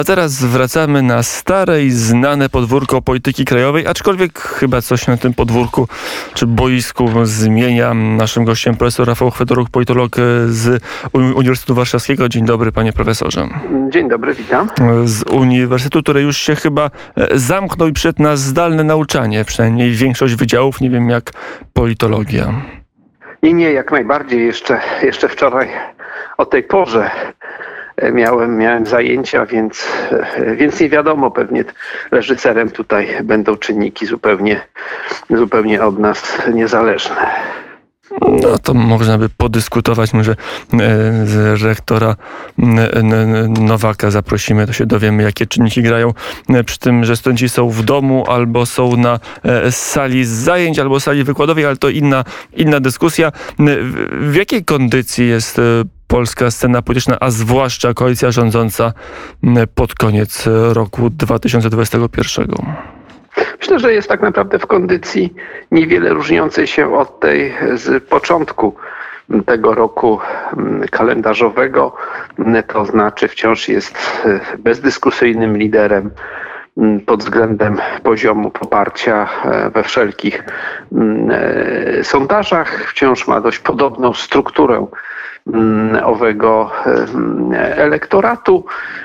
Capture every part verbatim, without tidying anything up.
A teraz wracamy na stare i znane podwórko polityki krajowej, aczkolwiek chyba coś na tym podwórku czy boisku zmienia. Naszym gościem profesor Rafał Chwedoruk, politolog z Uniwersytetu Warszawskiego. Dzień dobry, panie profesorze. Dzień dobry, witam. Z Uniwersytetu, który już się chyba zamknął i przed nas zdalne nauczanie, przynajmniej większość wydziałów, nie wiem jak politologia. Nie, nie, jak najbardziej. Jeszcze, jeszcze wczoraj o tej porze Miałem, miałem zajęcia, więc, więc nie wiadomo, pewnie reżyserem tutaj będą czynniki zupełnie, zupełnie od nas niezależne. No to można by podyskutować, może z rektora Nowaka zaprosimy, to się dowiemy, jakie czynniki grają przy tym, że studenci są w domu albo są na sali zajęć, albo sali wykładowej, ale to inna, inna dyskusja. W jakiej kondycji jest polska scena polityczna, a zwłaszcza koalicja rządząca pod koniec roku dwa tysiące dwudziestego pierwszego? Myślę, że jest tak naprawdę w kondycji niewiele różniącej się od tej z początku tego roku kalendarzowego. To znaczy wciąż jest bezdyskusyjnym liderem pod względem poziomu poparcia we wszelkich sondażach. Wciąż ma dość podobną strukturę owego elektoratu.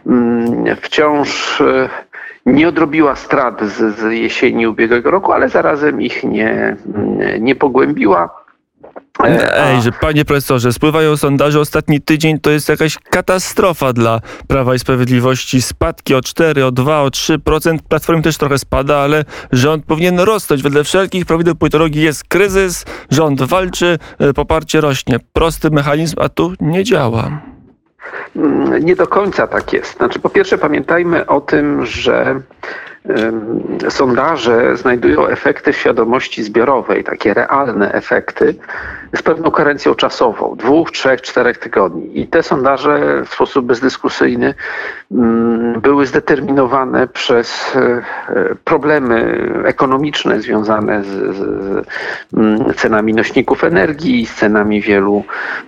Wciąż nie odrobiła strat z, z jesieni ubiegłego roku, ale zarazem ich nie, nie pogłębiła. Ej, że panie profesorze, spływają sondaże, ostatni tydzień to jest jakaś katastrofa dla Prawa i Sprawiedliwości. Spadki o cztery, o dwa, o trzy procent. Platformy też trochę spada, ale rząd powinien rosnąć. Wedle wszelkich prawidł politologii jest kryzys, rząd walczy, poparcie rośnie. Prosty mechanizm, a tu nie działa. Nie do końca tak jest. Znaczy, po pierwsze pamiętajmy o tym, że sondaże znajdują efekty w świadomości zbiorowej, takie realne efekty z pewną karencją czasową, dwóch, trzech, czterech tygodni. I te sondaże w sposób bezdyskusyjny były zdeterminowane przez problemy ekonomiczne związane z, z cenami nośników energii, z cenami wielu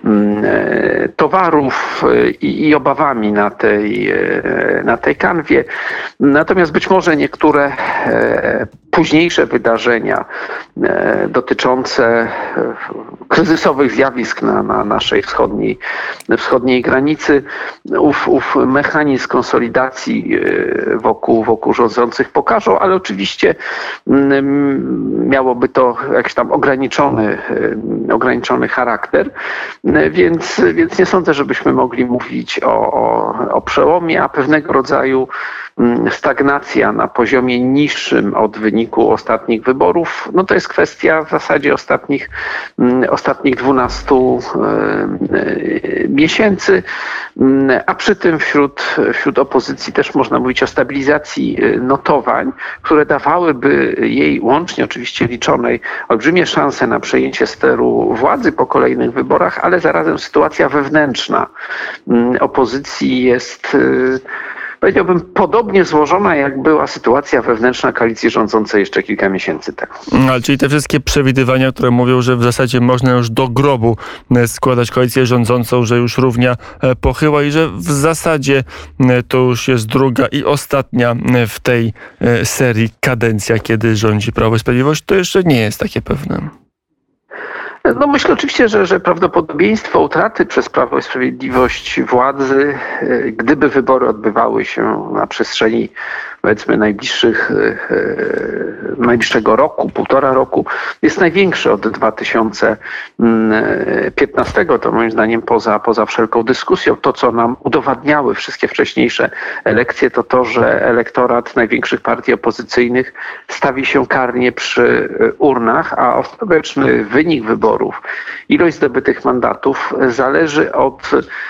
towarów i, i obawami na tej, na tej kanwie. Natomiast być może nie Niektóre późniejsze wydarzenia dotyczące kryzysowych zjawisk na, na naszej wschodniej, wschodniej granicy, ów, ów mechanizm konsolidacji wokół, wokół rządzących pokażą, ale oczywiście miałoby to jakiś tam ograniczony, ograniczony charakter, więc, więc nie sądzę, żebyśmy mogli mówić o, o, o przełomie, a pewnego rodzaju stagnacja na poziomie niższym od wyniku ostatnich wyborów, no to jest kwestia w zasadzie ostatnich, ostatnich dwunastu miesięcy, a przy tym wśród, wśród opozycji też można mówić o stabilizacji notowań, które dawałyby jej łącznie oczywiście liczonej olbrzymie szanse na przejęcie steru władzy po kolejnych wyborach, ale zarazem sytuacja wewnętrzna opozycji jest, powiedziałbym, podobnie złożona, jak była sytuacja wewnętrzna koalicji rządzącej jeszcze kilka miesięcy temu. Ale czyli te wszystkie przewidywania, które mówią, że w zasadzie można już do grobu składać koalicję rządzącą, że już równia pochyła i że w zasadzie to już jest druga i ostatnia w tej serii kadencja, kiedy rządzi Prawo i Sprawiedliwość, to jeszcze nie jest takie pewne. No myślę oczywiście, że, że prawdopodobieństwo utraty przez Prawo i Sprawiedliwość władzy, gdyby wybory odbywały się na przestrzeni, powiedzmy, najbliższych, najbliższego roku, półtora roku, jest największe od dwa tysiące piętnastego. To moim zdaniem poza, poza wszelką dyskusją. To, co nam udowadniały wszystkie wcześniejsze elekcje, to to, że elektorat największych partii opozycyjnych stawi się karnie przy urnach, a ostateczny wynik wyborów, ilość zdobytych mandatów zależy od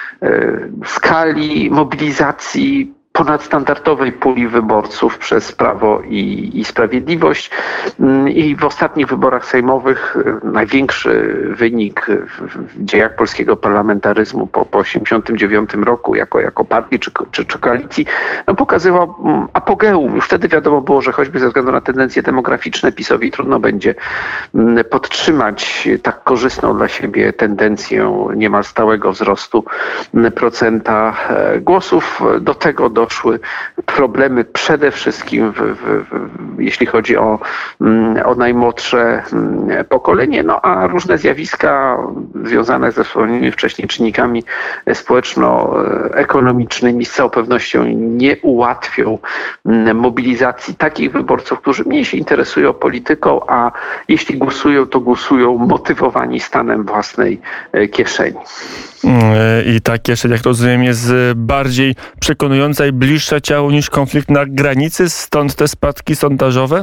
skali mobilizacji ponadstandardowej puli wyborców przez Prawo i, i Sprawiedliwość. I w ostatnich wyborach sejmowych największy wynik w, w dziejach polskiego parlamentaryzmu po, po osiemdziesiątym dziewiątym roku jako, jako partii czy, czy, czy koalicji no, pokazywał apogeum. Już wtedy wiadomo było, że choćby ze względu na tendencje demograficzne PiS-owi trudno będzie podtrzymać tak korzystną dla siebie tendencję niemal stałego wzrostu procenta głosów. Do tego do doszły problemy przede wszystkim, w, w, w, jeśli chodzi o, o najmłodsze pokolenie, no a różne zjawiska związane ze wspomnianymi wcześniej czynnikami społeczno-ekonomicznymi z całą pewnością nie ułatwią mobilizacji takich wyborców, którzy mniej się interesują polityką, a jeśli głosują, to głosują motywowani stanem własnej kieszeni. I ta kieszeń, jak rozumiem, jest bardziej przekonująca i bliższa ciału niż konflikt na granicy, stąd te spadki sondażowe?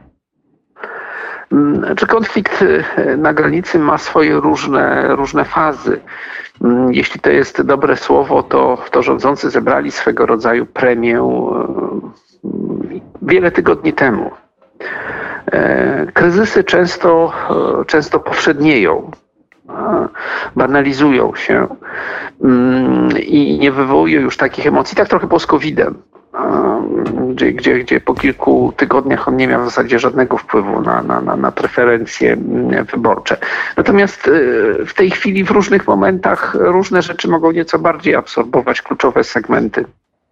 Czy konflikt na granicy ma swoje różne, różne fazy? Jeśli to jest dobre słowo, to, to rządzący zebrali swego rodzaju premię wiele tygodni temu. Kryzysy często, często powszednieją, banalizują się i nie wywołują już takich emocji. Tak trochę było z kowidem, gdzie, gdzie, gdzie po kilku tygodniach on nie miał w zasadzie żadnego wpływu na, na, na, na preferencje wyborcze. Natomiast w tej chwili w różnych momentach różne rzeczy mogą nieco bardziej absorbować kluczowe segmenty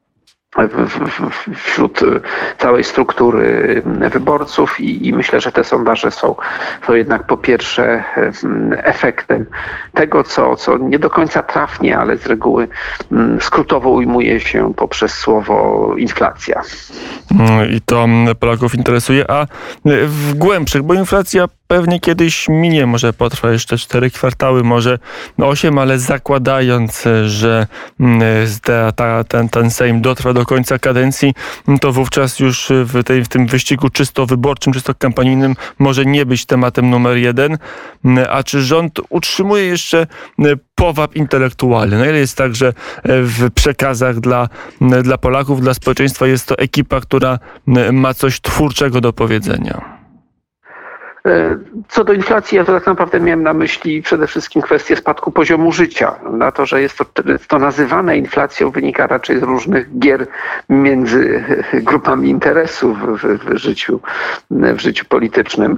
wśród całej struktury wyborców i, i myślę, że te sondaże są, są jednak po pierwsze efektem tego, co, co nie do końca trafnie, ale z reguły skrótowo ujmuje się poprzez słowo inflacja. I to Polaków interesuje, a w głębszych, bo inflacja pewnie kiedyś minie, może potrwa jeszcze cztery kwartały, może osiem, ale zakładając, że ta, ta, ten, ten Sejm dotrwa do końca kadencji, to wówczas już w, tej, w tym wyścigu czysto wyborczym, czysto kampanijnym może nie być tematem numer jeden. A czy rząd utrzymuje jeszcze powab intelektualny? Na ile jest tak, że w przekazach dla, dla Polaków, dla społeczeństwa jest to ekipa, która ma coś twórczego do powiedzenia? Co do inflacji, ja to tak naprawdę miałem na myśli przede wszystkim kwestię spadku poziomu życia. Na to, że jest to, to nazywane inflacją, wynika raczej z różnych gier między grupami interesów w, w, życiu, w życiu politycznym.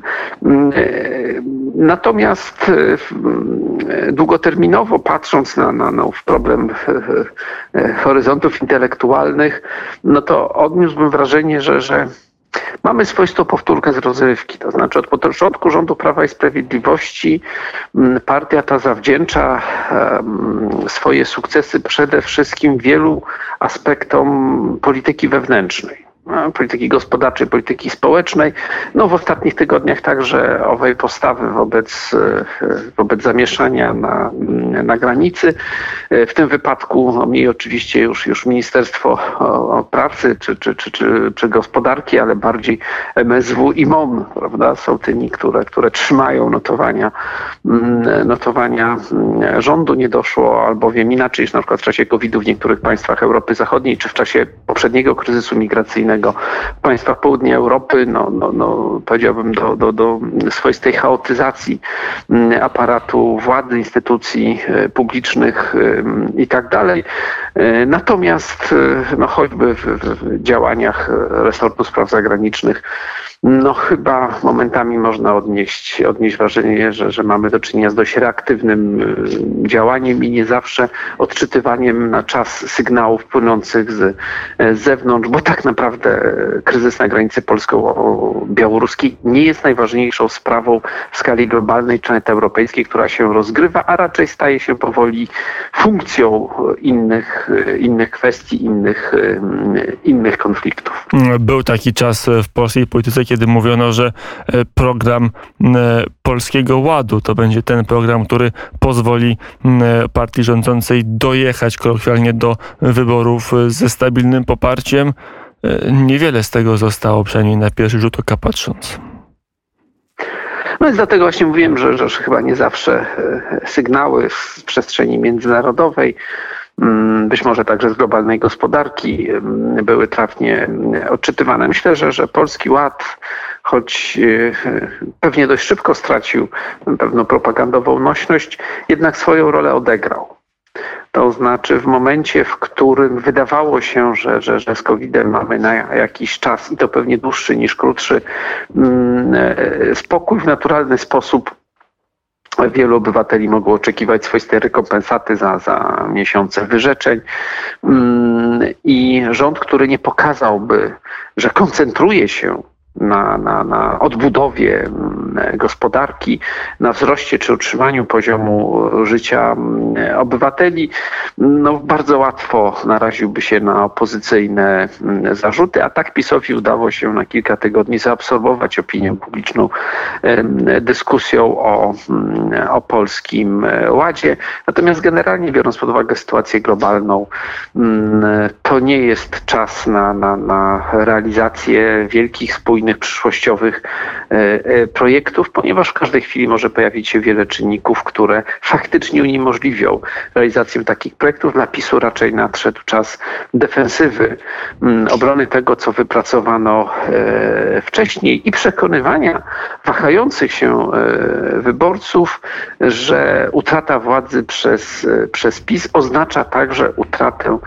Natomiast długoterminowo patrząc na, na, na problem horyzontów intelektualnych, no to odniósłbym wrażenie, że, że mamy swoistą powtórkę z rozrywki, to znaczy od początku rządu Prawa i Sprawiedliwości partia ta zawdzięcza swoje sukcesy przede wszystkim wielu aspektom polityki wewnętrznej. Polityki gospodarczej, polityki społecznej. No w ostatnich tygodniach także owej postawy wobec, wobec zamieszania na, na granicy. W tym wypadku no, mniej oczywiście już, już Ministerstwo Pracy czy, czy, czy, czy, czy Gospodarki, ale bardziej M S W i M O N, prawda, są tymi, które, które trzymają notowania, notowania rządu. Nie doszło albowiem inaczej niż na przykład w czasie kowida w niektórych państwach Europy Zachodniej czy w czasie poprzedniego kryzysu migracyjnego w państwach południa Europy, no, no, no, powiedziałbym do, do, do swoistej chaotyzacji aparatu władzy, instytucji publicznych i tak dalej. Natomiast no, choćby w, w działaniach resortu spraw zagranicznych, no chyba momentami można odnieść, odnieść wrażenie, że, że mamy do czynienia z dość reaktywnym działaniem i nie zawsze odczytywaniem na czas sygnałów płynących z, z zewnątrz, bo tak naprawdę kryzys na granicy polsko-białoruskiej nie jest najważniejszą sprawą w skali globalnej czy nawet europejskiej, która się rozgrywa, a raczej staje się powoli funkcją innych, innych kwestii, innych, innych konfliktów. Był taki czas w polskiej polityce, kiedy mówiono, że program Polskiego Ładu to będzie ten program, który pozwoli partii rządzącej dojechać kolokwialnie do wyborów ze stabilnym poparciem. Niewiele z tego zostało, przynajmniej na pierwszy rzut oka patrząc. No więc dlatego właśnie mówiłem, że, że chyba nie zawsze sygnały w przestrzeni międzynarodowej, być może także z globalnej gospodarki, były trafnie odczytywane. Myślę, że, że Polski Ład, choć pewnie dość szybko stracił pewną propagandową nośność, jednak swoją rolę odegrał. To znaczy w momencie, w którym wydawało się, że, że, że z kowidem mamy na jakiś czas i to pewnie dłuższy niż krótszy, spokój w naturalny sposób Wielu obywateli mogło oczekiwać swoistej rekompensaty za, za miesiące wyrzeczeń i rząd, który nie pokazałby, że koncentruje się na, na, na odbudowie gospodarki, na wzroście czy utrzymaniu poziomu życia obywateli, no bardzo łatwo naraziłby się na opozycyjne zarzuty, a tak PiS-owi udało się na kilka tygodni zaabsorbować opinię publiczną dyskusją o, o Polskim Ładzie. Natomiast generalnie biorąc pod uwagę sytuację globalną, to nie jest czas na, na, na realizację wielkich, spójnych, przyszłościowych projektów, ponieważ w każdej chwili może pojawić się wiele czynników, które faktycznie uniemożliwią realizację takich projektów. Dla PiS-u raczej nadszedł czas defensywy, obrony tego, co wypracowano wcześniej i przekonywania wahających się wyborców, że utrata władzy przez, przez PiS oznacza także utratę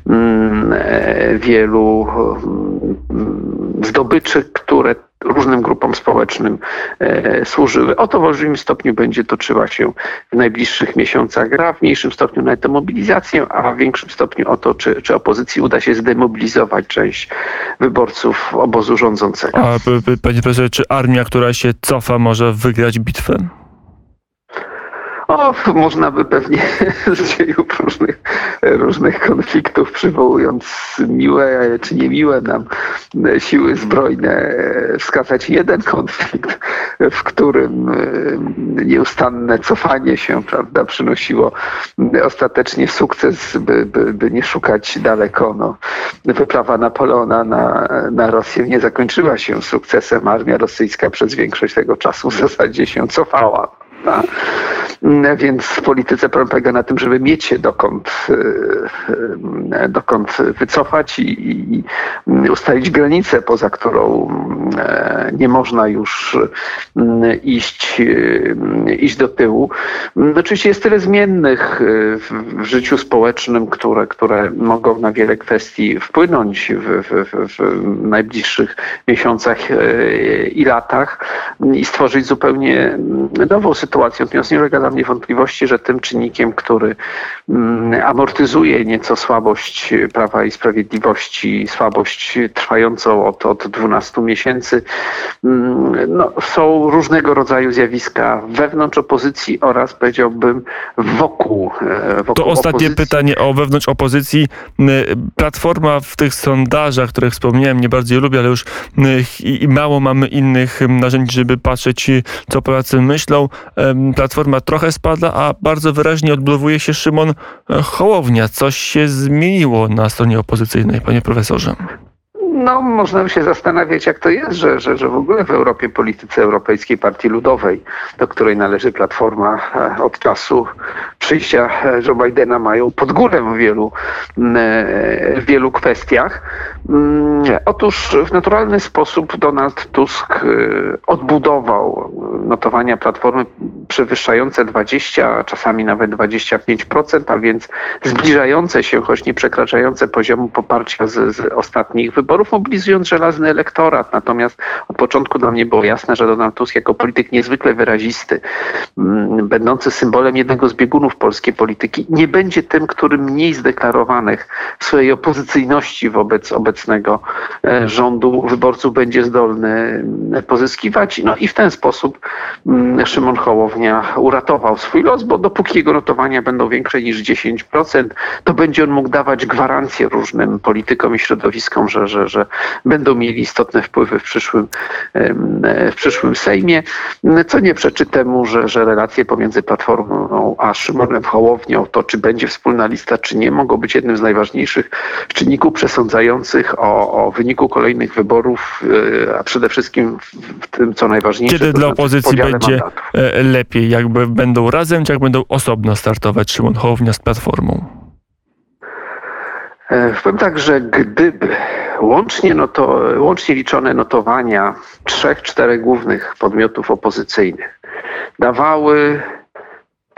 wielu zdobyczy, które różnym grupom społecznym e, służyły. O to w olbrzymim stopniu będzie toczyła się w najbliższych miesiącach gra, w mniejszym stopniu na tę mobilizację, a w większym stopniu o to, czy, czy opozycji uda się zdemobilizować część wyborców obozu rządzącego. A, panie profesorze, czy armia, która się cofa, może wygrać bitwę? O, można by pewnie z dziejów różnych, różnych konfliktów, przywołując miłe czy niemiłe nam siły zbrojne, wskazać jeden konflikt, w którym nieustanne cofanie się, prawda, przynosiło ostatecznie sukces, by, by, by nie szukać daleko. No, wyprawa Napoleona na, na Rosję nie zakończyła się sukcesem. Armia rosyjska przez większość tego czasu w zasadzie się cofała. No. Więc w polityce polega na tym, żeby mieć się dokąd, dokąd wycofać i, i ustalić granicę, poza którą nie można już iść, iść do tyłu. Oczywiście jest tyle zmiennych w życiu społecznym, które, które mogą na wiele kwestii wpłynąć w, w, w najbliższych miesiącach i latach i stworzyć zupełnie nową sytuację. Natomiast nie ulega dla mnie wątpliwości, że tym czynnikiem, który amortyzuje nieco słabość Prawa i Sprawiedliwości, słabość trwającą od, od dwunastu miesięcy, no, są różnego rodzaju zjawiska wewnątrz opozycji oraz, powiedziałbym, wokół, wokół To ostatnie opozycji. pytanie o wewnątrz opozycji. Platforma w tych sondażach, które wspomniałem, nie bardzo je lubię, ale już i mało mamy innych narzędzi, żeby patrzeć, co Polacy myślą. Platforma trochę spada, a bardzo wyraźnie odblokowuje się Szymon Hołownia. Coś się zmieniło na stronie opozycyjnej, panie profesorze. No, można się zastanawiać, jak to jest, że, że, że w ogóle w Europie polityce Europejskiej Partii Ludowej, do której należy Platforma, od czasu przyjścia Joe Bidena mają pod górę w wielu, w wielu kwestiach. Otóż w naturalny sposób Donald Tusk odbudował notowania Platformy przewyższające dwadzieścia, a czasami nawet dwadzieścia pięć procent, a więc zbliżające się, choć nie przekraczające poziomu poparcia z, z ostatnich wyborów, mobilizując żelazny elektorat. Natomiast od początku dla mnie było jasne, że Donald Tusk jako polityk niezwykle wyrazisty, będący symbolem jednego z biegunów polskiej polityki, nie będzie tym, który mniej zdeklarowanych w swojej opozycyjności wobec obecnego rządu wyborców będzie zdolny pozyskiwać. No i w ten sposób Szymon Hołownia uratował swój los, bo dopóki jego notowania będą większe niż dziesięć procent, to będzie on mógł dawać gwarancje różnym politykom i środowiskom, że, że, że będą mieli istotne wpływy w przyszłym, w przyszłym Sejmie, co nie przeczy temu, że, że relacje pomiędzy Platformą a Szymonem Hołownią, to czy będzie wspólna lista, czy nie, mogą być jednym z najważniejszych czynników przesądzających o, o wyniku kolejnych wyborów, a przede wszystkim w tym, co najważniejsze. Kiedy to dla znaczy opozycji będzie mandatów. lepiej, jakby będą razem, czy jak będą osobno startować Szymon Hołownia z Platformą? Powiem tak, że gdyby łącznie, noto, łącznie liczone notowania trzech, czterech głównych podmiotów opozycyjnych dawały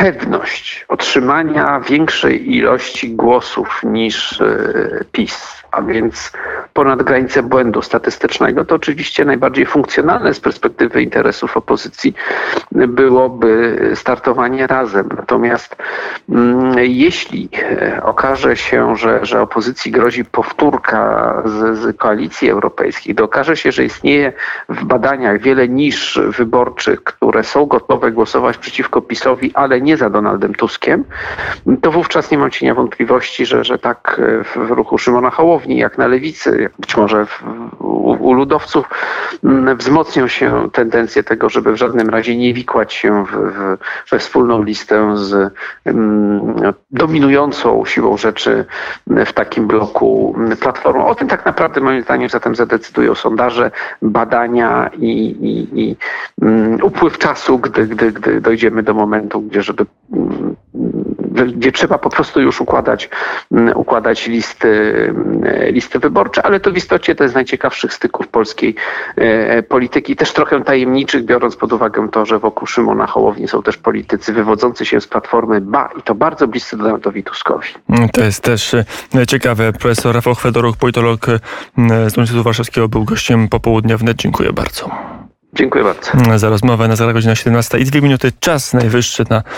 pewność otrzymania większej ilości głosów niż PiS, a więc ponad granicę błędu statystycznego, to oczywiście najbardziej funkcjonalne z perspektywy interesów opozycji byłoby startowanie razem. Natomiast mm, jeśli okaże się, że, że opozycji grozi powtórka z, z koalicji europejskiej, to okaże się, że istnieje w badaniach wiele nisz wyborczych, które są gotowe głosować przeciwko PiS-owi, ale nie za Donaldem Tuskiem, to wówczas nie mam cienia wątpliwości, że, że tak w ruchu Szymona Hołowni, jak na Lewicy, jak być może w, u, u ludowców, wzmocnią się tendencje tego, żeby w żadnym razie nie wikłać się w, w, we wspólną listę z um, dominującą siłą rzeczy w takim bloku Platformą. O tym tak naprawdę moim zdaniem zatem zadecydują sondaże, badania i, i, i um, upływ czasu, gdy, gdy, gdy dojdziemy do momentu, gdzie żeby um, gdzie trzeba po prostu już układać, układać listy, listy wyborcze, ale to w istocie to jest z najciekawszych styków polskiej polityki, też trochę tajemniczych, biorąc pod uwagę to, że wokół Szymona Hołowni są też politycy wywodzący się z Platformy, ba, i to bardzo bliscy Donaldowi Tuskowi. To jest też ciekawe. Profesor Rafał Chwedoruk, politolog z Uniwersytetu Warszawskiego, był gościem Popołudnia Wnet. Dziękuję bardzo. Dziękuję bardzo. Za rozmowę na zegarach godzina siedemnasta i dwie minuty. Czas najwyższy na